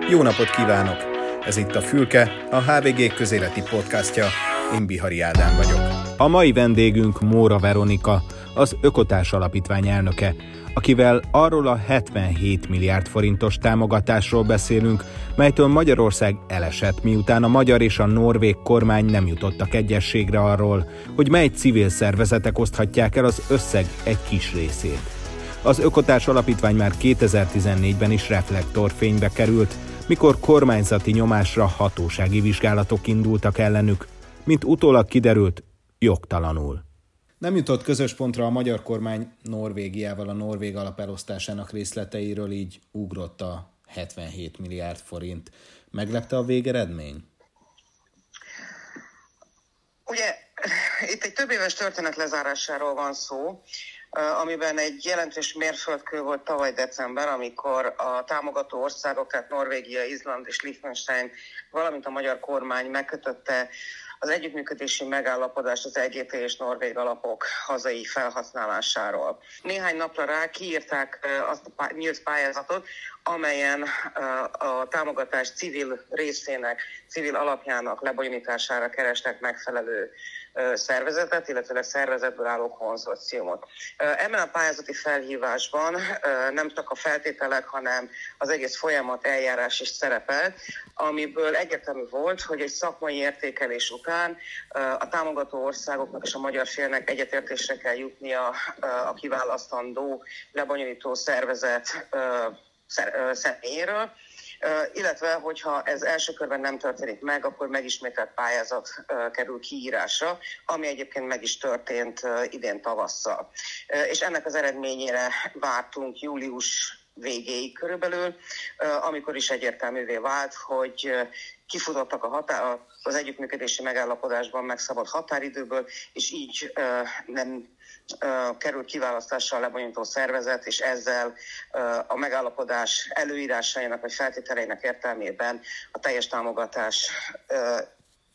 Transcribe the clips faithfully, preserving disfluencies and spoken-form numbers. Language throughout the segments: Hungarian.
Jó napot kívánok! Ez itt a Fülke, a há vé gé közéleti podcastja. Én Bihari Ádám vagyok. A mai vendégünk Móra Veronika, az Ökotárs Alapítvány elnöke, akivel arról a hetvenhét milliárd forintos támogatásról beszélünk, melytől Magyarország elesett, miután a magyar és a norvég kormány nem jutottak egyezségre arról, hogy mely civil szervezetek oszthatják el az összeg egy kis részét. Az Ökotárs Alapítvány már kétezer-tizennégyben is reflektorfénybe került, mikor kormányzati nyomásra hatósági vizsgálatok indultak ellenük, mint utólag kiderült, jogtalanul. Nem jutott közös pontra a magyar kormány Norvégiával a norvég alap elosztásának részleteiről, így ugrott a hetvenhét milliárd forint. Meglepte a végeredmény? Ugye itt egy több éves történet lezárásáról van szó, amiben egy jelentős mérföldkő volt tavaly december, amikor a támogató országok, tehát Norvégia, Izland és Liechtenstein, valamint a magyar kormány megkötötte az együttműködési megállapodást az é gé té és norvég alapok hazai felhasználásáról. Néhány napra rá kiírták azt a nyílt pályázatot, amelyen a támogatás civil részének, civil alapjának lebonyolítására kerestek megfelelő szervezetet, illetve szervezetből álló konzorciumot. Ebben a pályázati felhívásban nem csak a feltételek, hanem az egész folyamat, eljárás is szerepelt, amiből egyértelmű volt, hogy egy szakmai értékelés után a támogató országoknak és a magyar félnek egyetértésre kell jutnia a kiválasztandó lebonyolító szervezet személyéről, illetve hogyha ez első körben nem történik meg, akkor megismételt pályázat kerül kiírásra, ami egyébként meg is történt idén tavasszal. És ennek az eredményére vártunk július végéig körülbelül, amikor is egyértelművé vált, hogy kifutottak a határ, az együttműködési megállapodásban megszabott határidőből, és így nem került kiválasztásra a lebonyolító szervezet, és ezzel a megállapodás előírásainak vagy feltételeinek értelmében a teljes támogatástól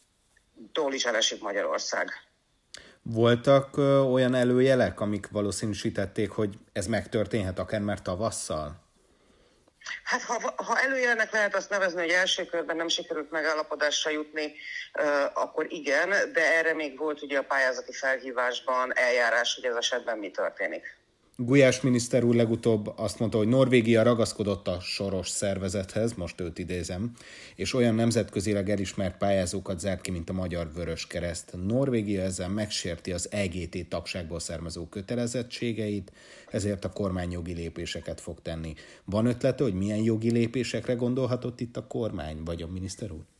is elesik Magyarország. Voltak olyan előjelek, amik valószínűsítették, hogy ez megtörténhet akár már tavasszal? Hát ha, ha előjelnek lehet azt nevezni, hogy első körben nem sikerült megállapodásra jutni, uh, akkor igen, de erre még volt ugye a pályázati felhívásban eljárás, hogy ez esetben mi történik. Gulyás miniszter úr legutóbb azt mondta, hogy Norvégia ragaszkodott a soros szervezethez, most őt idézem, és olyan nemzetközileg elismert pályázókat zárt ki, mint a Magyar Vöröskereszt. Norvégia ezzel megsérti az é gé té tagságból származó kötelezettségeit, ezért a kormány jogi lépéseket fog tenni. Van ötlete, hogy milyen jogi lépésekre gondolhatott itt a kormány, vagy a miniszter úr?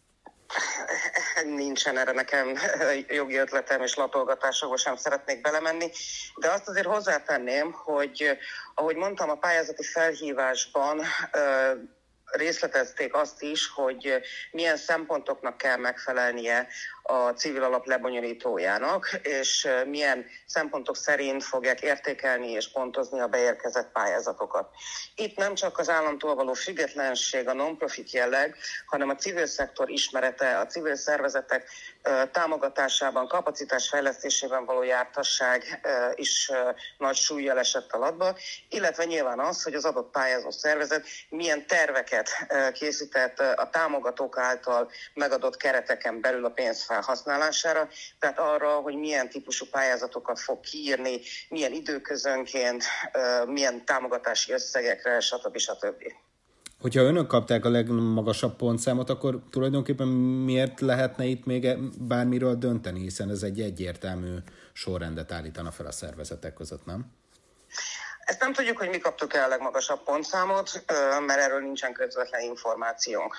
Nincsen erre nekem jogi ötletem, és latolgatásokba sem szeretnék belemenni, de azt azért hozzátenném, hogy ahogy mondtam, a pályázati felhívásban részletezték azt is, hogy milyen szempontoknak kell megfelelnie a civil alap lebonyolítójának, és milyen szempontok szerint fogják értékelni és pontozni a beérkezett pályázatokat. Itt nem csak az államtól való függetlenség, a non-profit jelleg, hanem a civil szektor ismerete, a civil szervezetek támogatásában, kapacitásfejlesztésében való jártasság is nagy súllyal esett alatba, illetve nyilván az, hogy az adott pályázó szervezet milyen terveket készített a támogatók által megadott kereteken belül a pénz felhasználására, tehát arra, hogy milyen típusú pályázatokat fog kiírni, milyen időközönként, milyen támogatási összegekre, stb. stb. Hogyha önök kapták a legmagasabb pontszámot, akkor tulajdonképpen miért lehetne itt még bármiről dönteni, hiszen ez egy egyértelmű sorrendet állítana fel a szervezetek között, nem? Ezt nem tudjuk, hogy mi kaptuk el a legmagasabb pontszámot, mert erről nincsen közvetlen információnk.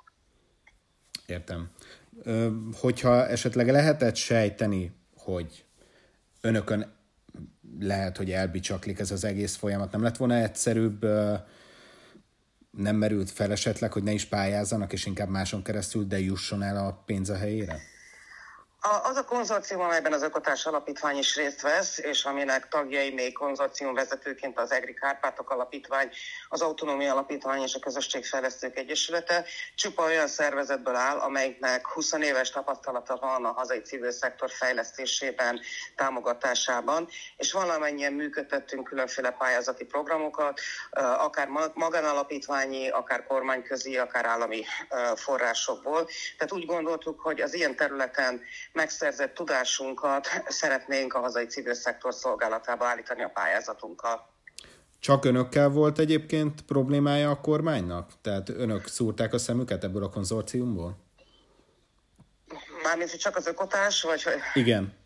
Értem. Hogyha esetleg lehetett sejteni, hogy önökön lehet, hogy elbicsaklik ez az egész folyamat, nem lett volna egyszerűbb, nem merült fel esetleg, hogy ne is pályázzanak, és inkább máson keresztül, de jusson el a pénz a helyére? Az a konzorcium, amelyben az Ökotárs Alapítvány is részt vesz, és aminek tagjai még konzorcium vezetőként az EGRI Kárpátok Alapítvány, az Autonómia Alapítvány és a Közösségfejlesztők Egyesülete, csupa olyan szervezetből áll, amelyiknek húsz éves tapasztalata van a hazai civil szektor fejlesztésében, támogatásában, és valamennyien működtettünk különféle pályázati programokat, akár magánalapítványi, akár kormányközi, akár állami forrásokból. Tehát úgy gondoltuk, hogy az ilyen területen megszerzett tudásunkat szeretnénk a hazai civil szektor szolgálatába állítani a pályázatunkkal. Csak önökkel volt egyébként problémája a kormánynak? Tehát önök szúrták a szemüket ebből a konzorciumból? Mármint, hogy csak az Ökotárs, vagy... Igen.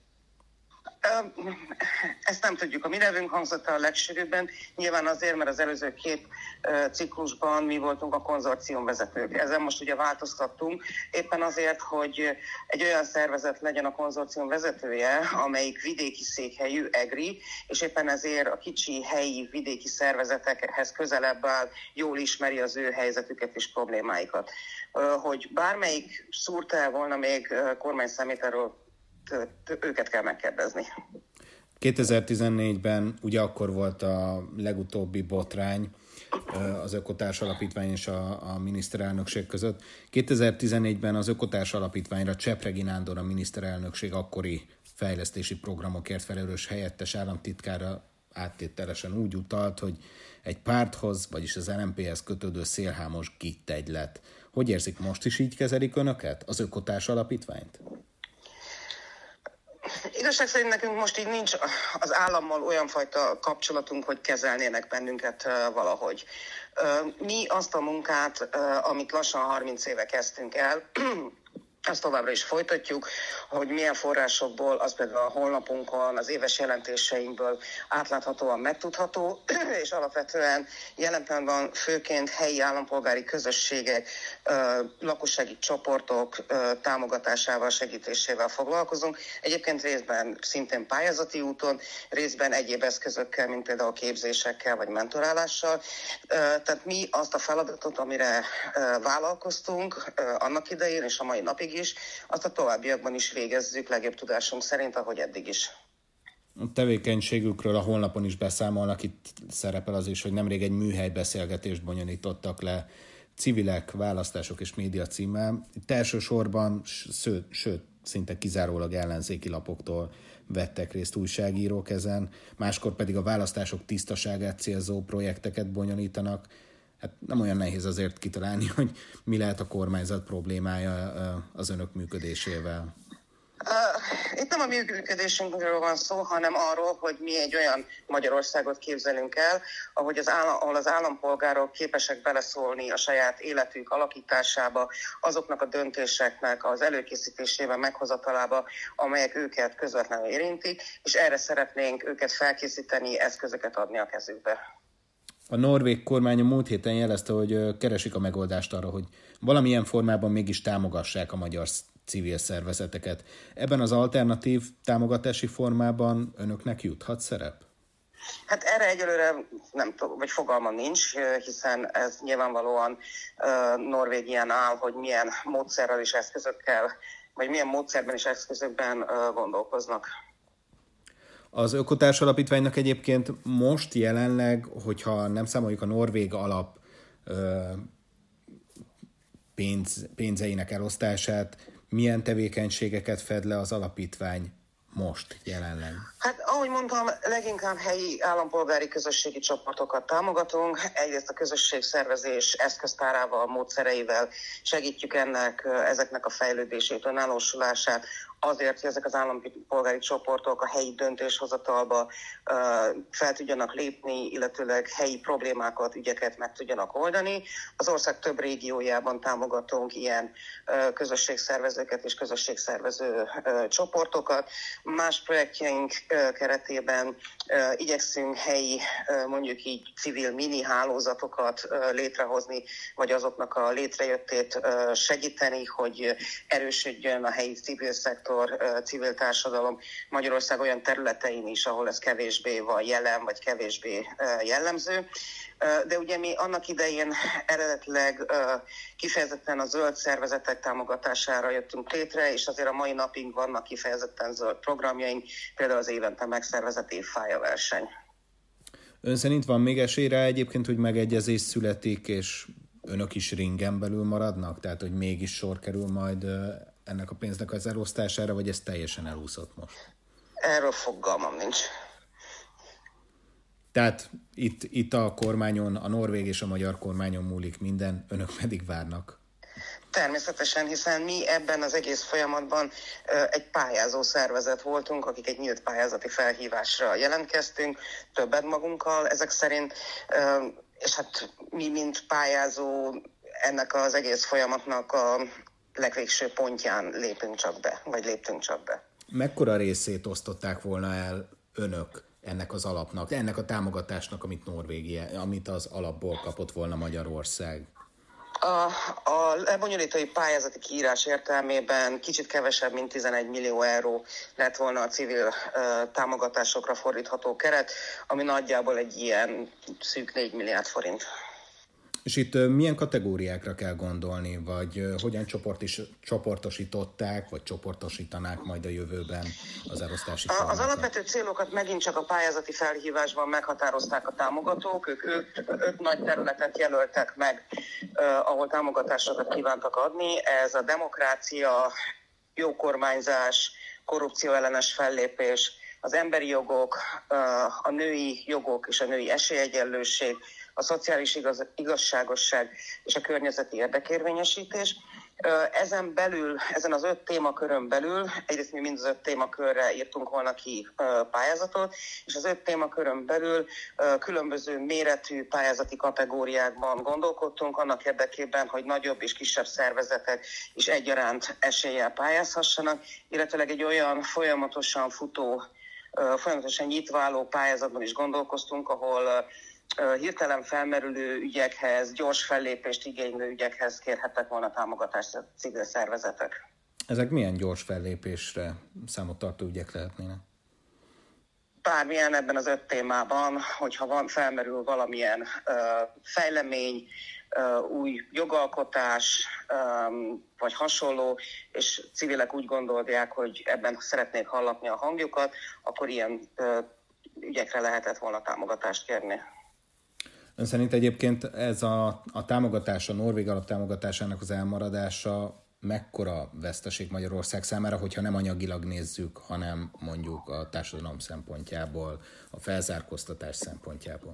Ezt nem tudjuk. A mi nevünk hangzott a legsűrűbben, nyilván azért, mert az előző két ciklusban mi voltunk a konzorcium vezetők. Ezen most ugye változtattunk, éppen azért, hogy egy olyan szervezet legyen a konzorcium vezetője, amelyik vidéki székhelyű, EGRI, és éppen ezért a kicsi helyi vidéki szervezetekhez közelebb áll, jól ismeri az ő helyzetüket és problémáikat. Hogy bármelyik szúrta el volna még kormány szemét, erről őket kell megkérdezni. kétezer-tizennégyben ugye akkor volt a legutóbbi botrány az Ökotárs Alapítvány és a, a miniszterelnökség között. kétezer-tizennégyben az Ökotárs Alapítványra Csepregi Nándor, a miniszterelnökség akkori fejlesztési programokért felelős helyettes államtitkára áttételesen úgy utalt, hogy egy párthoz, vagyis az el em pé-hez kötődő szélhámos gittegylet. Hogy érzik, most is így kezelik önöket, az Ökotárs Alapítványt? Igazság szerint nekünk most így nincs az állammal olyan fajta kapcsolatunk, hogy kezelnének bennünket valahogy. Mi azt a munkát, amit lassan harminc éve kezdtünk el, ezt továbbra is folytatjuk, hogy milyen forrásokból, az például a honlapunkon, az éves jelentéseinkből átláthatóan megtudható, és alapvetően jelen pillanatban főként helyi állampolgári közösségek, lakossági csoportok támogatásával, segítésével foglalkozunk. Egyébként részben szintén pályázati úton, részben egyéb eszközökkel, mint például képzésekkel vagy mentorálással. Tehát mi azt a feladatot, amire vállalkoztunk annak idején és a mai napig is, azt a továbbiakban is végezzük legjobb tudásunk szerint, ahogy eddig is. A tevékenységükről a honlapon is beszámolnak, itt szerepel az is, hogy nemrég egy műhelybeszélgetést bonyolítottak le civilek, választások és média címmel. Itt elsősorban, sőt, sőt, szinte kizárólag ellenzéki lapoktól vettek részt újságírók ezen, máskor pedig a választások tisztaságát célzó projekteket bonyolítanak. Hát nem olyan nehéz azért kitalálni, hogy mi lehet a kormányzat problémája az önök működésével. Itt nem a működésünkről van szó, hanem arról, hogy mi egy olyan Magyarországot képzelünk el, ahogy az állam, ahol az állampolgárok képesek beleszólni a saját életük alakításába, azoknak a döntéseknek az előkészítésébe, meghozatalába, amelyek őket közvetlenül érintik, és erre szeretnénk őket felkészíteni, eszközöket adni a kezükbe. A norvég kormány a múlt héten jelezte, hogy keresik a megoldást arra, hogy valamilyen formában mégis támogassák a magyar civil szervezeteket. Ebben az alternatív támogatási formában önöknek juthat szerep? Hát erre egyelőre nem tudom, vagy fogalmam nincs, hiszen ez nyilvánvalóan uh, Norvégián áll, hogy milyen módszerrel és eszközökkel, vagy milyen módszerben és eszközökben uh, gondolkoznak. Az Ökotárs Alapítványnak egyébként most jelenleg, hogyha nem számoljuk a norvég alap ö, pénz, pénzeinek elosztását, milyen tevékenységeket fed le az alapítvány most jelenleg? Hát ahogy mondtam, leginkább helyi állampolgári közösségi csoportokat támogatunk. Egyrészt a közösségszervezés eszköztárával, módszereivel segítjük ennek, ezeknek a fejlődését, önállósulását, azért, hogy ezek az állampolgári csoportok a helyi döntéshozatalba uh, fel tudjanak lépni, illetőleg helyi problémákat, ügyeket meg tudjanak oldani. Az ország több régiójában támogatunk ilyen uh, közösségszervezőket és közösségszervező uh, csoportokat. Más projektjeink uh, keretében uh, igyekszünk helyi, uh, mondjuk így civil mini hálózatokat uh, létrehozni, vagy azoknak a létrejöttét uh, segíteni, hogy erősödjön a helyi civil szektor, civil társadalom Magyarország olyan területein is, ahol ez kevésbé van jelen, vagy kevésbé jellemző. De ugye mi annak idején eredetileg kifejezetten a zöld szervezetek támogatására jöttünk létre, és azért a mai napig vannak kifejezetten zöld programjaink, például az évente megszervezett évfája verseny. Ön szerint van még esély rá egyébként, hogy megegyezés születik, és önök is ringen belül maradnak? Tehát, hogy mégis sor kerül majd ennek a pénznek az elosztására, vagy ez teljesen elúszott most? Erről fogalmam nincs. Tehát itt, itt a kormányon, a norvég és a magyar kormányon múlik minden, önök pedig várnak. Természetesen, hiszen mi ebben az egész folyamatban egy pályázó szervezet voltunk, akik egy nyílt pályázati felhívásra jelentkeztünk, többet magunkkal ezek szerint, és hát mi, mint pályázó, ennek az egész folyamatnak a legvégső pontján lépünk csak be, vagy léptünk csak be. Mekkora részét osztották volna el önök ennek az alapnak, ennek a támogatásnak, amit Norvégia, amit az alapból kapott volna Magyarország? A, a lebonyolítói pályázati kiírás értelmében kicsit kevesebb, mint tizenegy millió euró lett volna a civil uh, támogatásokra fordítható keret, ami nagyjából egy ilyen szűk négy milliárd forint. És itt uh, milyen kategóriákra kell gondolni, vagy uh, hogyan csoport is, csoportosították, vagy csoportosítanák majd a jövőben az elosztási formákat? Az alapvető célokat megint csak a pályázati felhívásban meghatározták a támogatók, ők öt, öt nagy területet jelöltek meg, uh, ahol támogatásokat kívántak adni. Ez a demokrácia, jó kormányzás, korrupció ellenes fellépés, az emberi jogok, uh, a női jogok és a női esélyegyenlőség, a szociális igaz, igazságosság és a környezeti érdekérvényesítés. Ezen belül, ezen az öt témakörön belül, egyrészt mi mind az öt témakörre írtunk volna ki pályázatot, és az öt témakörön belül különböző méretű pályázati kategóriákban gondolkodtunk, annak érdekében, hogy nagyobb és kisebb szervezetek is egyaránt eséllyel pályázhassanak, illetőleg egy olyan folyamatosan futó, folyamatosan nyitva álló pályázatban is gondolkoztunk, ahol hirtelen felmerülő ügyekhez, gyors fellépést igénylő ügyekhez kérhettek volna támogatást a civil szervezetek. Ezek milyen gyors fellépésre számot tartó ügyek lehetnének? Bármilyen ebben az öt témában, hogyha van, felmerül valamilyen uh, fejlemény, uh, új jogalkotás, um, vagy hasonló, és civilek úgy gondolják, hogy ebben szeretnék hallatni a hangjukat, akkor ilyen uh, ügyekre lehetett volna támogatást kérni. Ön szerint egyébként ez a, a támogatás, a norvég alaptámogatásának az elmaradása mekkora veszteség Magyarország számára, hogyha nem anyagilag nézzük, hanem mondjuk a társadalom szempontjából, a felzárkóztatás szempontjából?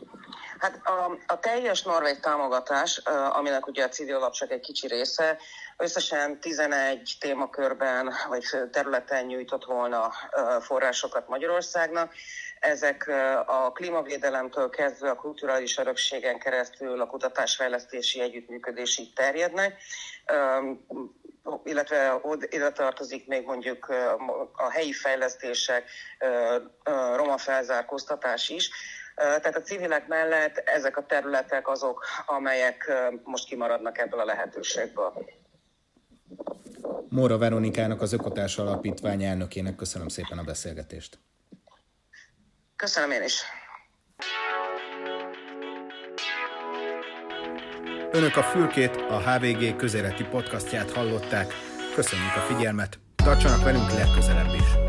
Hát a, a teljes norvég támogatás, aminek ugye a civil alap csak egy kicsi része, összesen tizenegy témakörben vagy területen nyújtott volna forrásokat Magyarországnak. Ezek a klímavédelemtől kezdve a kulturális örökségen keresztül a kutatásfejlesztési együttműködésig terjednek, illetve ide tartozik még mondjuk a helyi fejlesztések, roma felzárkóztatás is. Tehát a civilek mellett ezek a területek azok, amelyek most kimaradnak ebből a lehetőségből. Móra Veronikának, az Ökotárs Alapítvány elnökének köszönöm szépen a beszélgetést. Köszönöm én is. Önök a Fülkét, a há vé gé közéleti podcastját hallották. Köszönjük a figyelmet, tartsanak velünk legközelebb is.